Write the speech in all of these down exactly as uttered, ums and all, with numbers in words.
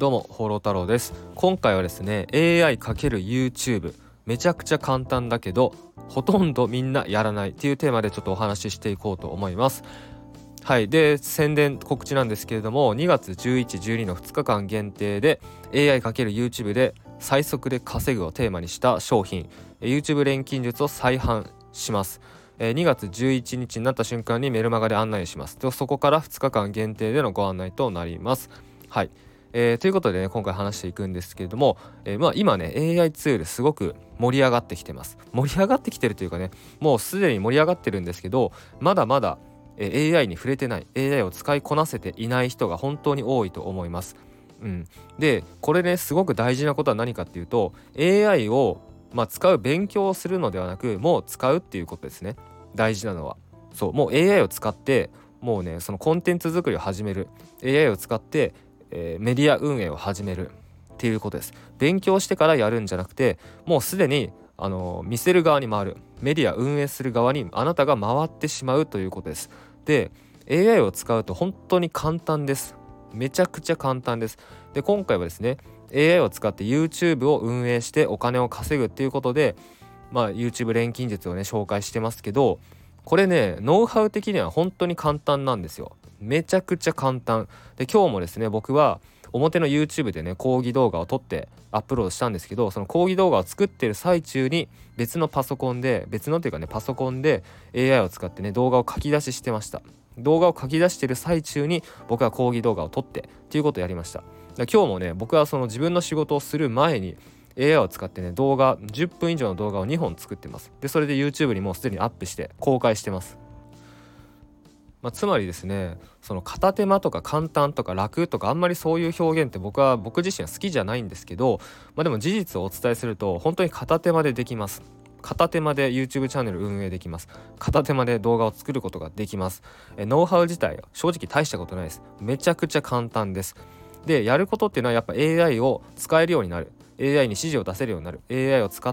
どうも放浪太郎です。今回はですね エーアイ×YouTube めちゃくちゃ簡単だけどほとんどみんなやらないっていうテーマでちょっとお話ししていこうと思います。はい。で、宣伝告知なんですけれども、にがつじゅういち、じゅうにのふつかかん限定で エーアイ×YouTube で最速で稼ぐをテーマにした商品 YouTube 錬金術を再販します。にがつじゅういちにちになった瞬間にメルマガで案内します。で、そこからふつかかん限定でのご案内となります。はい。えー、ということでね、今回話していくんですけれども、えー、まあ今ね エーアイ ツールすごく盛り上がってきてます。盛り上がってきてるというかね、もうすでに盛り上がってるんですけど、まだまだエーアイ に触れてない、 エーアイ を使いこなせていない人が本当に多いと思います。うん、でこれねすごく大事なことは何かっていうと エーアイ を、まあ、使う勉強をするのではなくもう使うっていうことですね。大事なのはそうもう エーアイ を使ってもうねそのコンテンツ作りを始める エーアイ を使って、えー、メディア運営を始めるっていうことです。勉強してからやるんじゃなくてもうすでにあの見せる側に回る、メディア運営する側にあなたが回ってしまうということです。で エーアイ を使うと本当に簡単です。めちゃくちゃ簡単です。で今回はですね エーアイ を使って YouTube を運営してお金を稼ぐっていうことで、まあ YouTube 錬金術をね紹介してますけど、これねノウハウ的には本当に簡単なんですよ。めちゃくちゃ簡単で、今日もですね僕は表の YouTube でね講義動画を撮ってアップロードしたんですけど、その講義動画を作ってる最中に別のパソコンで別のっていうかねパソコンで エーアイ を使ってね動画を書き出ししてました。動画を書き出してる最中に僕は講義動画を撮ってっていうことをやりました。今日もね僕はその自分の仕事をする前に エーアイ を使ってね動画じゅっぷん以上の動画をにほん作ってます。でそれで YouTube にもうすでにアップして公開してます。まあ、つまりですねその片手間とか簡単とか楽とかあんまりそういう表現って僕は僕自身は好きじゃないんですけど、まあ、でも事実をお伝えすると本当に片手間でできます。片手間で YouTube チャンネル運営できます。片手間で動画を作ることができます。えノウハウ自体正直大したことないです。めちゃくちゃ簡単です。でやることっていうのはやっぱ エーアイ を使えるようになる、 エーアイ に指示を出せるようになる、 エーアイ を使って、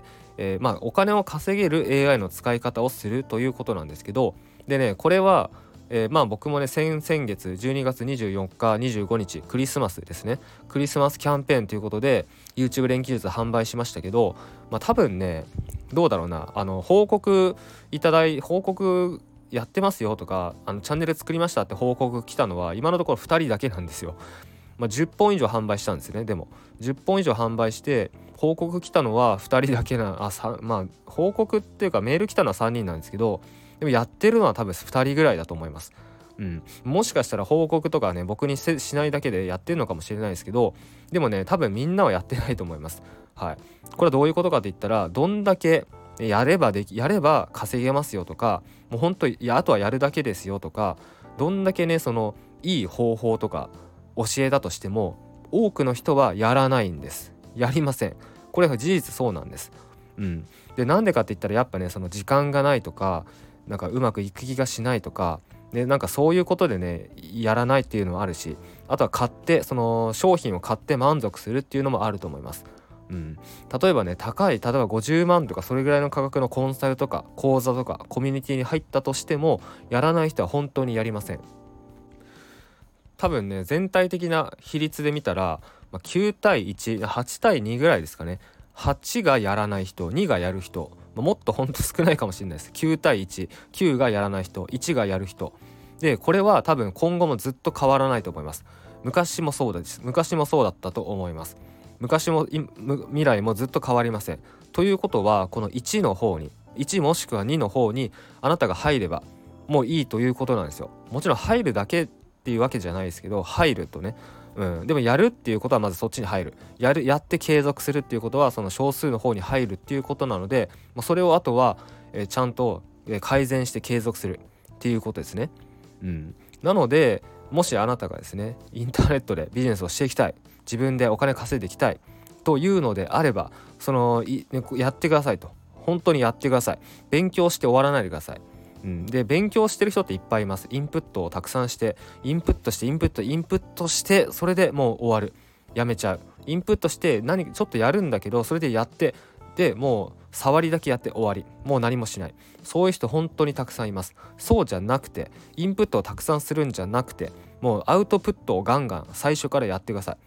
えー、まあお金を稼げる エーアイ の使い方をするということなんですけど、でねこれは、えー、まあ僕もね先々月じゅうにがつにじゅうよっかにじゅうごにちクリスマスですね、クリスマスキャンペーンということで YouTube 錬金術販売しましたけど、まあ多分ねどうだろうな、あの報告いただい報告やってますよとかあのチャンネル作りましたって報告来たのは今のところふたりだけなんですよ。まあ、じゅっぽん以上販売したんですね。でもじゅっぽん以上販売して報告来たのはふたりだけなあさまあ報告っていうかメール来たのはさんにんなんですけど、でもやってるのは多分ふたりぐらいだと思います。うん、もしかしたら報告とかね僕にせしないだけでやってるのかもしれないですけど、でもね多分みんなはやってないと思います。はい。これはどういうことかって言ったら、どんだけやればできやれば稼げますよとか、もう本当いやあとはやるだけですよとか、どんだけねそのいい方法とか教えたとしても多くの人はやらないんです。やりません。これは事実そうなんです。うん、でなんでかって言ったらやっぱねその時間がないとかなんかうまくいく気がしないとかで、なんかそういうことでねやらないっていうのもあるし、あとは買ってその商品を買って満足するっていうのもあると思います。うん、例えばね高い例えばごじゅうまんとかそれぐらいの価格のコンサルとか講座とかコミュニティに入ったとしてもやらない人は本当にやりません。多分ね全体的な比率で見たら、まあ、きゅうたいいち、はちたいにぐらいですかね。はちがやらない人、にがやる人、まあ、もっとほんと少ないかもしれないです。きゅうたいいち、きゅうがやらない人、いちがやる人で、これは多分今後もずっと変わらないと思います。昔もそうです。昔もそうだったと思います。昔も未来もずっと変わりません。ということはこのいちの方にいちもしくはにの方にあなたが入ればもういいということなんですよ。もちろん入るだけっていうわけじゃないですけど、入るとね、うん、でもやるっていうことはまずそっちに入る、やるやって継続するっていうことはその少数の方に入るっていうことなので、もうそれをあとは、えー、ちゃんと、えー、改善して継続するっていうことですね。うん、なのでもしあなたがですねインターネットでビジネスをしていきたい、自分でお金稼いでいきたいというのであればそのい、ね、やってくださいと。本当にやってください。勉強して終わらないでください。うん、で勉強してる人っていっぱいいます。インプットをたくさんしてインプットしてインプットインプットしてそれでもう終わる、やめちゃう。インプットして何ちょっとやるんだけどそれでやってでもう触りだけやって終わり、もう何もしない、そういう人本当にたくさんいます。そうじゃなくてインプットをたくさんするんじゃなくてもうアウトプットをガンガン最初からやってください。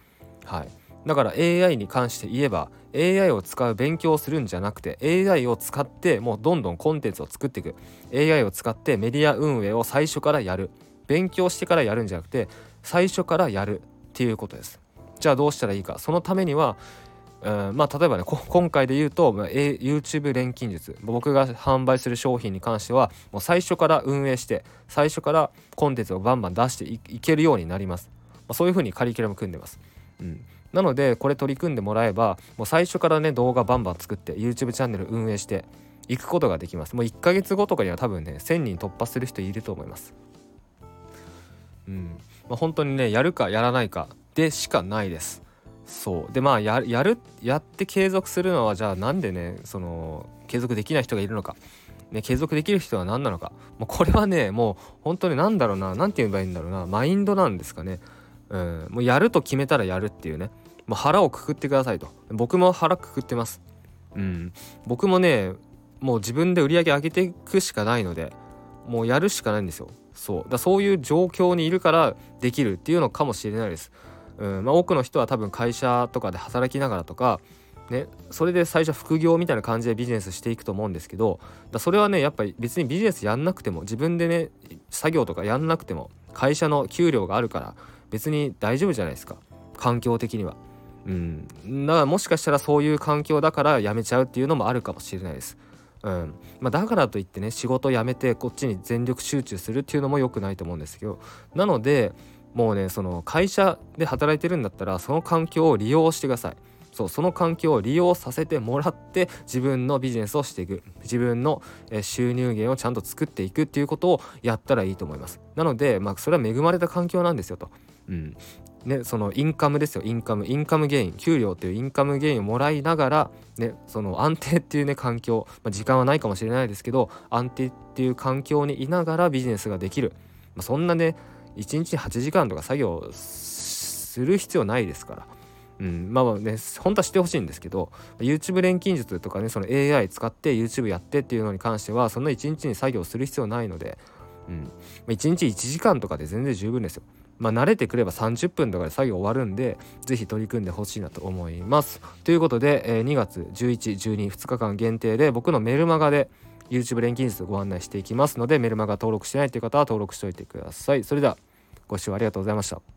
はい、だから エーアイ に関して言えば エーアイ を使う勉強をするんじゃなくて エーアイ を使ってもうどんどんコンテンツを作っていく。 エーアイ を使ってメディア運営を最初からやる。勉強してからやるんじゃなくて最初からやるっていうことです。じゃあどうしたらいいか。そのためにはうんまあ例えばね今回で言うと、まあ、YouTube 錬金術、僕が販売する商品に関してはもう最初から運営して最初からコンテンツをバンバン出して い, いけるようになります。まあ、そういう風にカリキュラム組んでます。うん、なのでこれ取り組んでもらえばもう最初からね動画バンバン作って YouTube チャンネル運営していくことができます。もういっかげつごとかには多分ねせんにん突破する人いると思います。うんまあ、本当にねやるかやらないかでしかないです。そうでまあ や, やるやって継続するのはじゃあなんでねその継続できない人がいるのか、ね、継続できる人は何なのか。もうこれはねもう本当に何だろうな、なんて言えばいいんだろうな、マインドなんですかね。うん、もうやると決めたらやるっていうね、もう腹をくくってくださいと。僕も腹くくってます。うん、僕もねもう自分で売り上げ上げていくしかないのでもうやるしかないんですよ。そうだそういう状況にいるからできるっていうのかもしれないです。うんまあ、多くの人は多分会社とかで働きながらとかね、それで最初副業みたいな感じでビジネスしていくと思うんですけど、だそれはねやっぱり別にビジネスやんなくても自分でね作業とかやんなくても会社の給料があるから別に大丈夫じゃないですか、環境的には。うんだからもしかしたらそういう環境だから辞めちゃうっていうのもあるかもしれないです。うんまあ、だからといってね仕事を辞めてこっちに全力集中するっていうのも良くないと思うんですけど、なのでもうねその会社で働いてるんだったらその環境を利用してください。そうその環境を利用させてもらって自分のビジネスをしていく、自分の収入源をちゃんと作っていくっていうことをやったらいいと思います。なのでまあそれは恵まれた環境なんですよと。うんね、そのインカムですよ、インカムインカムゲイン、給料っていうインカムゲインをもらいながら、ね、その安定っていうね環境、まあ、時間はないかもしれないですけど安定っていう環境にいながらビジネスができる、まあ、そんなねいちにちはちじかんとか作業する必要ないですから。うん、まあまあね本当はしてほしいんですけど YouTube 錬金術とかねその エーアイ 使って YouTube やってっていうのに関してはそんないちにちに作業する必要ないので、うん、いちにちいちじかんとかで全然十分ですよ。まあ慣れてくればさんじゅっぷんとかで作業終わるんでぜひ取り組んでほしいなと思います。ということで、えー、にがつじゅういち、じゅうに、ふつかかん限定で僕のメルマガで YouTube 錬金術ご案内していきますのでメルマガ登録してないという方は登録しておいてください。それではご視聴ありがとうございました。